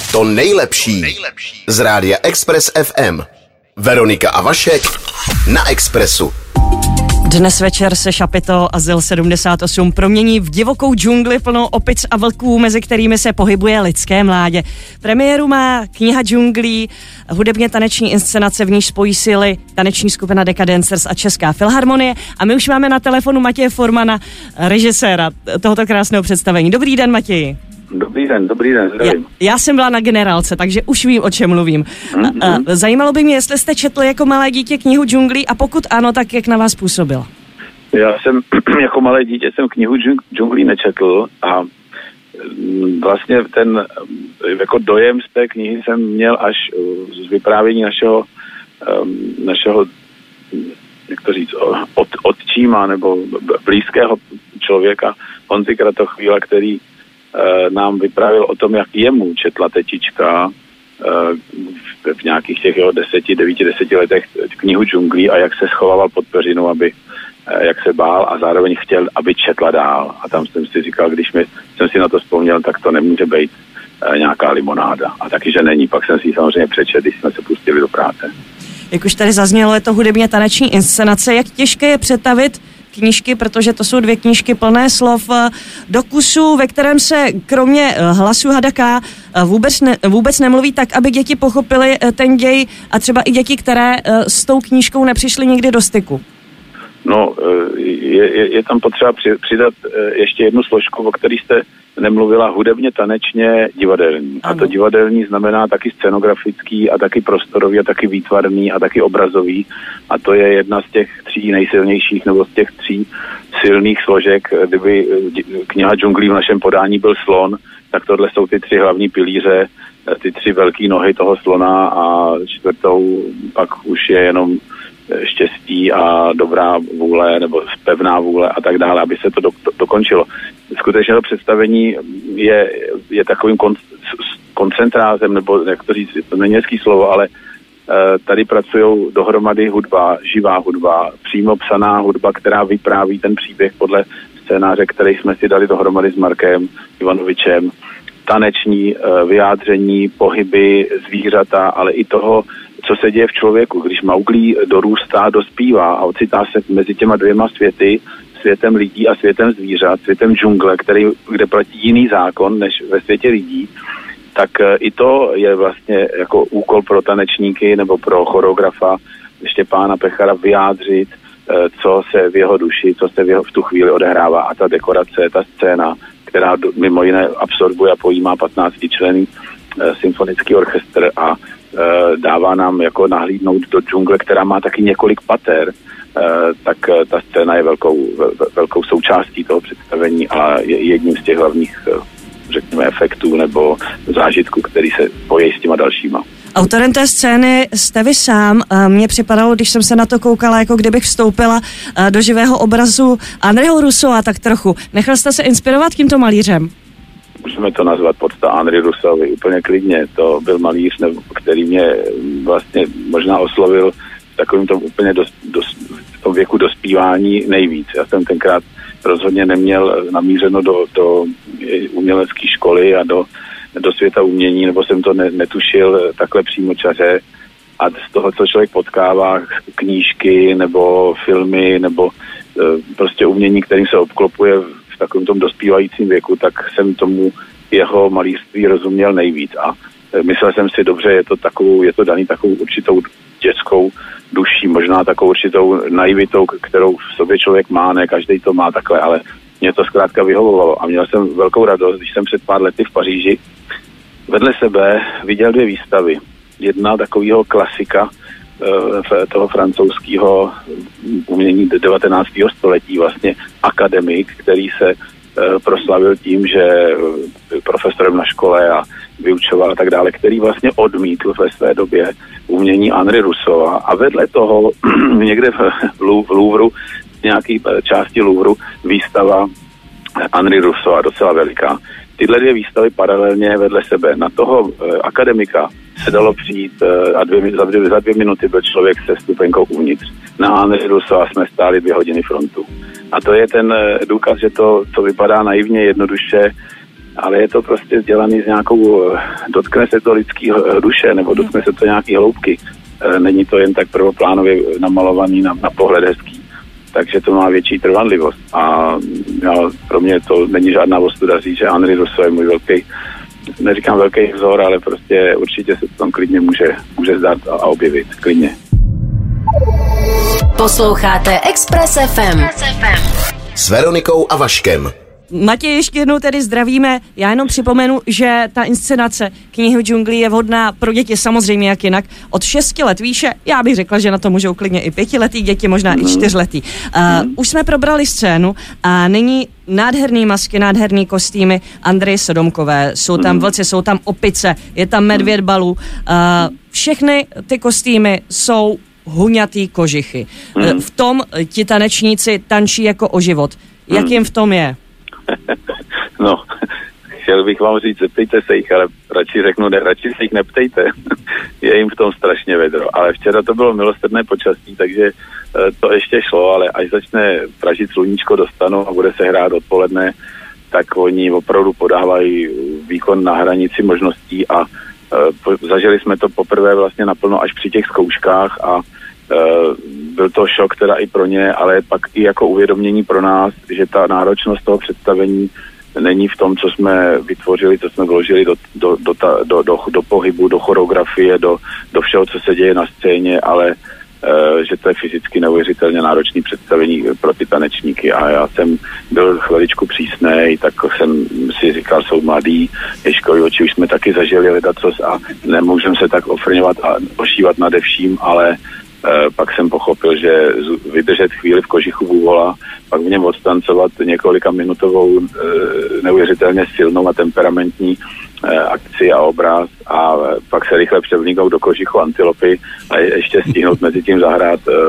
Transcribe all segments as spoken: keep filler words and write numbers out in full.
To nejlepší z rádia Express F M. Veronika a Vašek na Expressu. Dnes večer se Šapito Azyl sedmdesát osm promění v divokou džungli plnou opic a vlků, mezi kterými se pohybuje lidské mládě. Premiéru má kniha džunglí, hudebně taneční inscenace, v níž spojí síly taneční skupina Decadencers a Česká filharmonie. A my už máme na telefonu Matěje Formana, režiséra tohoto krásného představení. Dobrý den, Matěji. Dobrý den, dobrý den, zdravím. Já, já jsem byla na Generálce, takže už vím, o čem mluvím. Mm-hmm. Zajímalo by mě, jestli jste četl jako malé dítě knihu džunglí a pokud ano, tak jak na vás působila? Já jsem jako malé dítě jsem knihu džunglí nečetl a vlastně ten jako dojem z té knihy jsem měl až z vyprávění našeho, našeho jak to říct, od, otčíma nebo blízkého člověka Honzy Kratochvíla, který nám vyprávěl o tom, jak jemu četla tetička v nějakých těch jeho deseti, devíti, deseti letech knihu džunglí a jak se schovával pod peřinu, aby, jak se bál a zároveň chtěl, aby četla dál. A tam jsem si říkal, když mi, jsem si na to vzpomněl, tak to nemůže být nějaká limonáda. A taky, že není. Pak jsem si ji samozřejmě přečetl, když jsme se pustili do práce. Jak už tady zaznělo, je to hudebně taneční inscenace. Jak těžké je přetavit knížky, protože to jsou dvě knížky plné slov, do kusu, ve kterém se kromě hlasu Hadaka vůbec, ne, vůbec nemluví tak, aby děti pochopily ten děj a třeba i děti, které s tou knížkou nepřišly nikdy do styku. No, je, je, je tam potřeba přidat ještě jednu složku, o který jste nemluvila, hudebně, tanečně, divadelní. Ano. A to divadelní znamená taky scenografický a taky prostorový a taky výtvarný a taky obrazový. A to je jedna z těch tří nejsilnějších nebo z těch tří silných složek. Kdyby kniha džunglí v našem podání byl slon, tak tohle jsou ty tři hlavní pilíře, ty tři velké nohy toho slona a čtvrtou pak už je jenom štěstí a dobrá vůle nebo pevná vůle a tak dále, aby se to do, do, dokončilo. Skutečně to představení je, je takovým kon, koncentrázem, nebo jak to říct, to není hezký slovo, ale uh, tady pracují dohromady hudba, živá hudba, přímo psaná hudba, která vypráví ten příběh podle scénáře, který jsme si dali dohromady s Markem Ivanovičem, taneční uh, vyjádření, pohyby, zvířata, ale i toho, co se děje v člověku, když Mauglí dorůstá, dospívá a ocitá se mezi těma dvěma světy, světem lidí a světem zvířat, světem džungle, který, kde platí jiný zákon než ve světě lidí, tak i to je vlastně jako úkol pro tanečníky nebo pro choreografa Štěpána Pechara vyjádřit, co se v jeho duši, co se v, jeho, v tu chvíli odehrává a ta dekorace, ta scéna, která mimo jiné absorbuje a pojímá patnáctičlenný symfonický orchestr a dává nám jako nahlídnout do džungle, která má taky několik pater, tak ta scéna je velkou, velkou součástí toho představení a je jedním z těch hlavních, řekněme, efektů nebo zážitků, který se pojí s těma dalšíma. Autorem té scény jste vy sám. Mně připadalo, když jsem se na to koukala, jako kdybych vstoupila do živého obrazu Andreho Rousseaua tak trochu. Nechal jste se inspirovat tímto malířem? Můžeme to nazvat podsta Henri Rousseauovi úplně klidně. To byl malíř, který mě vlastně možná oslovil v takovém tom úplně dos, dos, v tom věku dospívání nejvíc. Já jsem tenkrát rozhodně neměl namířeno do, do umělecké školy a do, do světa umění, nebo jsem to ne, netušil takhle přímočaře. A z toho, co člověk potkává, knížky nebo filmy nebo e, prostě umění, kterým se obklopuje v takovém tom dospívajícím věku, tak jsem tomu jeho malířství rozuměl nejvíc. A myslel jsem si, dobře, je to takovou, je to daný takovou určitou dětskou duší, možná takovou určitou naivitou, kterou v sobě člověk má, ne každý to má takhle, ale mě to zkrátka vyhovovalo a měl jsem velkou radost, když jsem před pár lety v Paříži vedle sebe viděl dvě výstavy. Jedna takového klasika toho francouzského umění devatenáctého století, vlastně akademik, který se proslavil tím, že byl profesorem na škole a vyučoval a tak dále, který vlastně odmítl ve své době umění Henri Rousseaua a vedle toho někde v Louvru, v nějaké části Louvru výstava Henri Rousseaua, docela veliká. Tyhle dvě výstavy paralelně vedle sebe. Na toho akademika se dalo přijít a dvě, za, dvě, za dvě minuty byl člověk se stupenkou uvnitř. Na Henri Rousseaua jsme stáli dvě hodiny frontu. A to je ten důkaz, že to, co vypadá naivně, jednoduše ale je to prostě dělaný z nějakou, dotkne se to lidský duše, nebo dotkne se to nějaký hloubky. Není to jen tak prvoplánově namalovaný na, na pohled hezký. Takže to má větší trvanlivost. A já, pro mě to není žádná ostuda říct, že Henri Rousseau je můj velký, neříkám velký vzor, ale prostě určitě se to tam klidně může, může zdát a, a objevit. Klidně. Posloucháte Express ef em. S Veronikou a Vaškem. Matěj, ještě jednou tedy zdravíme. Já jenom připomenu, že ta inscenace Knihy džunglí je vhodná pro děti samozřejmě jak jinak. Od šesti let výše, já bych řekla, že na to můžou klidně i pětiletý děti, možná mm. i čtyřletý. Uh, mm. Už jsme probrali scénu a nyní nádherný masky, nádherný kostýmy Andreje Sodomkové. Jsou tam mm. vlci, jsou tam opice, je tam medvěd Balú. Uh, všechny ty kostýmy jsou huňatý kožichy. Mm. Uh, v tom ti tanečníci tančí jako o život. Jak jim v tom je? No, chtěl bych vám říct, zeptejte se jich, ale radši řeknu, ne, radši se jich neptejte. Je jim v tom strašně vedro. Ale včera to bylo milosrdné počasí, takže to ještě šlo, ale až začne pražit sluníčko, dostanu a bude se hrát odpoledne, tak oni opravdu podávají výkon na hranici možností a uh, zažili jsme to poprvé vlastně naplno až při těch zkouškách a uh, byl to šok teda i pro ně, ale pak i jako uvědomění pro nás, že ta náročnost toho představení není v tom, co jsme vytvořili, co jsme vložili do, do, do, ta, do, do, do pohybu, do choreografie, do, do všeho, co se děje na scéně, ale uh, že to je fyzicky neuvěřitelně náročné představení pro ty tanečníky a já jsem byl chviličku přísnej, tak jsem si říkal, jsou mladí, ježkovi oči už jsme taky zažili ledacos a nemůžeme se tak ofrňovat a ošívat nade vším, ale Uh, pak jsem pochopil, že vydržet chvíli v kožichu vůvola, pak v něm odstancovat několika minutovou uh, neuvěřitelně silnou a temperamentní uh, akci a obraz a uh, pak se rychle převlíknout do kožichu antilopy a je, ještě stihnout mezi tím zahrát uh,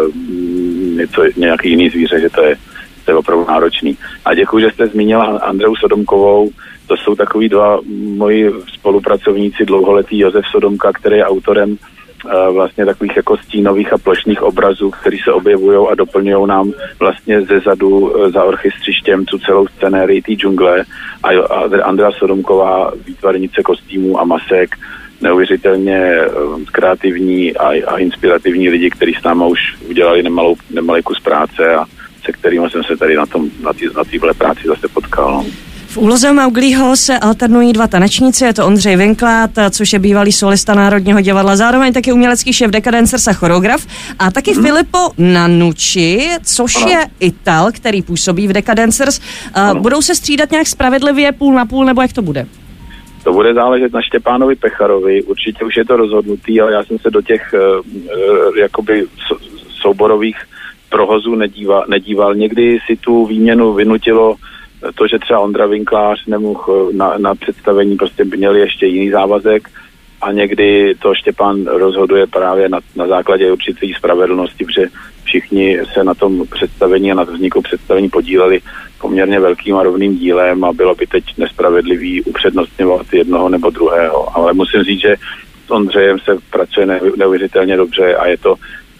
něco, nějaký jiný zvíře, že to je, to je opravdu náročný. A děkuji, že jste zmínila Andreu Sodomkovou. To jsou takový dva moji spolupracovníci dlouholetý Josef Sodomka, který je autorem vlastně takových jako stínových a plošných obrazů, které se objevují a doplňují nám vlastně ze zadu za orchestřištěm tu celou scenérii té džungle a Andrea Sodomková, výtvarnice kostýmů a masek, neuvěřitelně kreativní a, a inspirativní lidi, kteří s náma už udělali nemalou, nemalý kus práce a se kterými jsem se tady na tom, na tý, na téhle práci zase potkal. No. V úloze Mauglího se alternují dva tanečníci, je to Ondřej Vinklát, což je bývalý solista Národního divadla, zároveň taky umělecký šéf Decadencers a choreograf, a taky hmm. Filippo Nanucci, což ano. je Ital, který působí v Decadencers. Ano. Budou se střídat nějak spravedlivě půl na půl, nebo jak to bude? To bude záležet na Štěpánovi Pecharovi, určitě už je to rozhodnutý, ale já jsem se do těch uh, jakoby souborových prohozů nedíval, nedíval. Někdy si tu výměnu vynutilo to, že třeba Ondra Vinklář nemohl na, na představení, prostě měl ještě jiný závazek a někdy to Štěpán rozhoduje právě na, na základě určité spravedlnosti, protože všichni se na tom představení a na vzniku představení podíleli poměrně velkým a rovným dílem a bylo by teď nespravedlivý upřednostňovat jednoho nebo druhého. Ale musím říct, že s Ondřejem se pracuje neuvěřitelně dobře a je to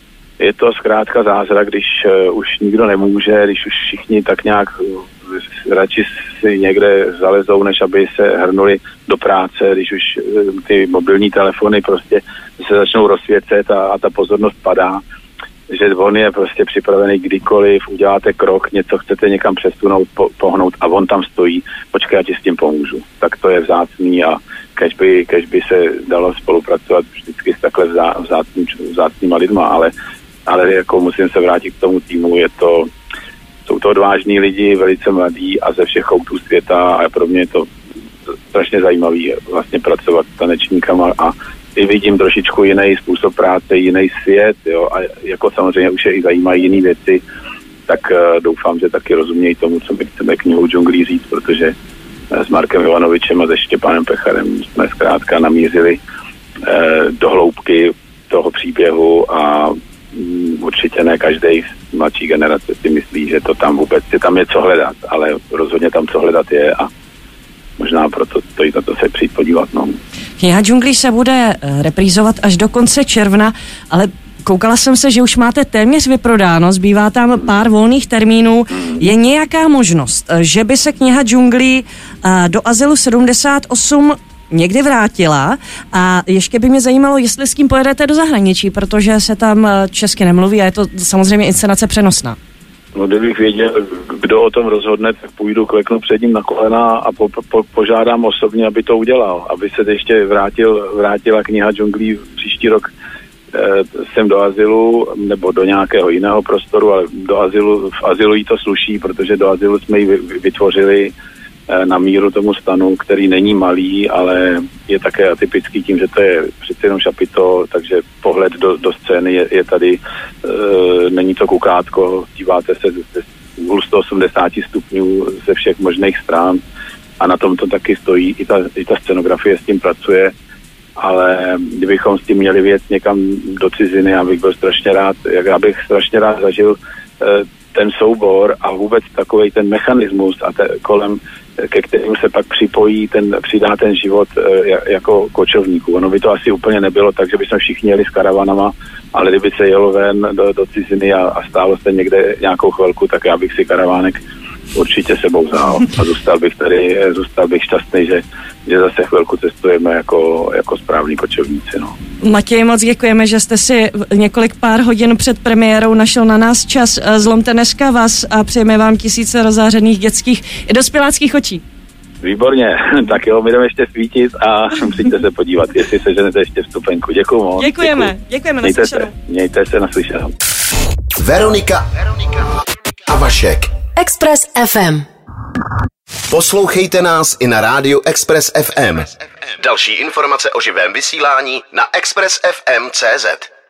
je to zkrátka zázrak, když uh, už nikdo nemůže, když už všichni tak nějak uh, radši si někde zalezou, než aby se hrnuli do práce, když už uh, ty mobilní telefony prostě se začnou rozsvěcet a, a ta pozornost padá, že on je prostě připravený kdykoliv, uděláte krok, něco chcete někam přesunout, po, pohnout a on tam stojí, počkej, já ti s tím pomůžu. Tak to je vzácný a kež by, kež by se dalo spolupracovat vždycky s takhle vzá, vzácný, vzácnýma lidma, ale ale jako musím se vrátit k tomu týmu, je to, jsou to odvážní lidi, velice mladí a ze všech koutů světa a pro mě je to strašně zajímavý vlastně pracovat s tanečníkama a i vidím trošičku jiný způsob práce, jiný svět, jo, a jako samozřejmě už je i zajímají jiný věci, tak uh, doufám, že taky rozumějí tomu, co my chceme Knihu džunglí říct, protože uh, s Markem Ivanovičem a se Štěpánem Pecharem jsme zkrátka namířili uh, do hloubky toho příběhu a určitě ne každý z mladší generace si myslí, že to tam vůbec, že tam je co hledat, ale rozhodně tam co hledat je a možná proto stojí za to se přijít podívat. No. Kniha džunglí se bude reprízovat až do konce června, ale koukala jsem se, že už máte téměř vyprodáno, zbývá tam pár volných termínů. Je nějaká možnost, že by se kniha džunglí do Azylu sedmdesát osm někdy vrátila? A ještě by mě zajímalo, jestli s kým pojedete do zahraničí, protože se tam česky nemluví a je to samozřejmě inscenace přenosná. No, kdybych věděl, kdo o tom rozhodne, tak půjdu, kleknu před ním na kolena a po, po, požádám osobně, aby to udělal, aby se ještě vrátil, vrátila kniha džunglí příští rok eh, sem do Azylu, nebo do nějakého jiného prostoru, ale do Azylu, v Azylu jí to sluší, protože do Azylu jsme ji vytvořili eh, na míru tomu stanu, který není malý, ale je také atypický tím, že to je přeci jenom šapito, takže pohled do, do scény je, je tady, e, není to kukátko, díváte se z úhlu sto osmdesát stupňů ze všech možných stran a na tom to taky stojí, i ta, i ta scenografie s tím pracuje, ale kdybychom s tím měli věc někam do ciziny, já bych byl strašně rád, jak já bych strašně rád zažil e, ten soubor a vůbec takovej ten mechanismus a te, kolem, ke kterému se pak připojí, ten, přidá ten život e, jako kočovníků. Ono by to asi úplně nebylo tak, že bychom všichni jeli s karavanama, ale kdyby se jelo ven do, do ciziny a, a stálo se někde nějakou chvilku, tak já bych si karavánek určitě sebou vzal a zůstal bych tady, zůstal bych šťastný, že, že zase chvilku cestujeme jako, jako správní kočovníci. No. Matěj, moc děkujeme, že jste si několik pár hodin před premiérou našel na nás čas. Zlomte dneska vás a přejeme vám tisíce rozářených dětských i dospěláckých očí. Výborně, tak jo, my jdeme ještě svítit a přijďte se podívat, jestli se ženete ještě vstupenku. Děkuju moc. Děkujeme, děkuju. děkujeme, mějte naslyšenou. se, mějte se, naslyšenou. Veronika, Veronika a Vašek. Express ef em. Poslouchejte nás i na rádiu Express ef em. Další informace o živém vysílání na express f m tečka cé zet.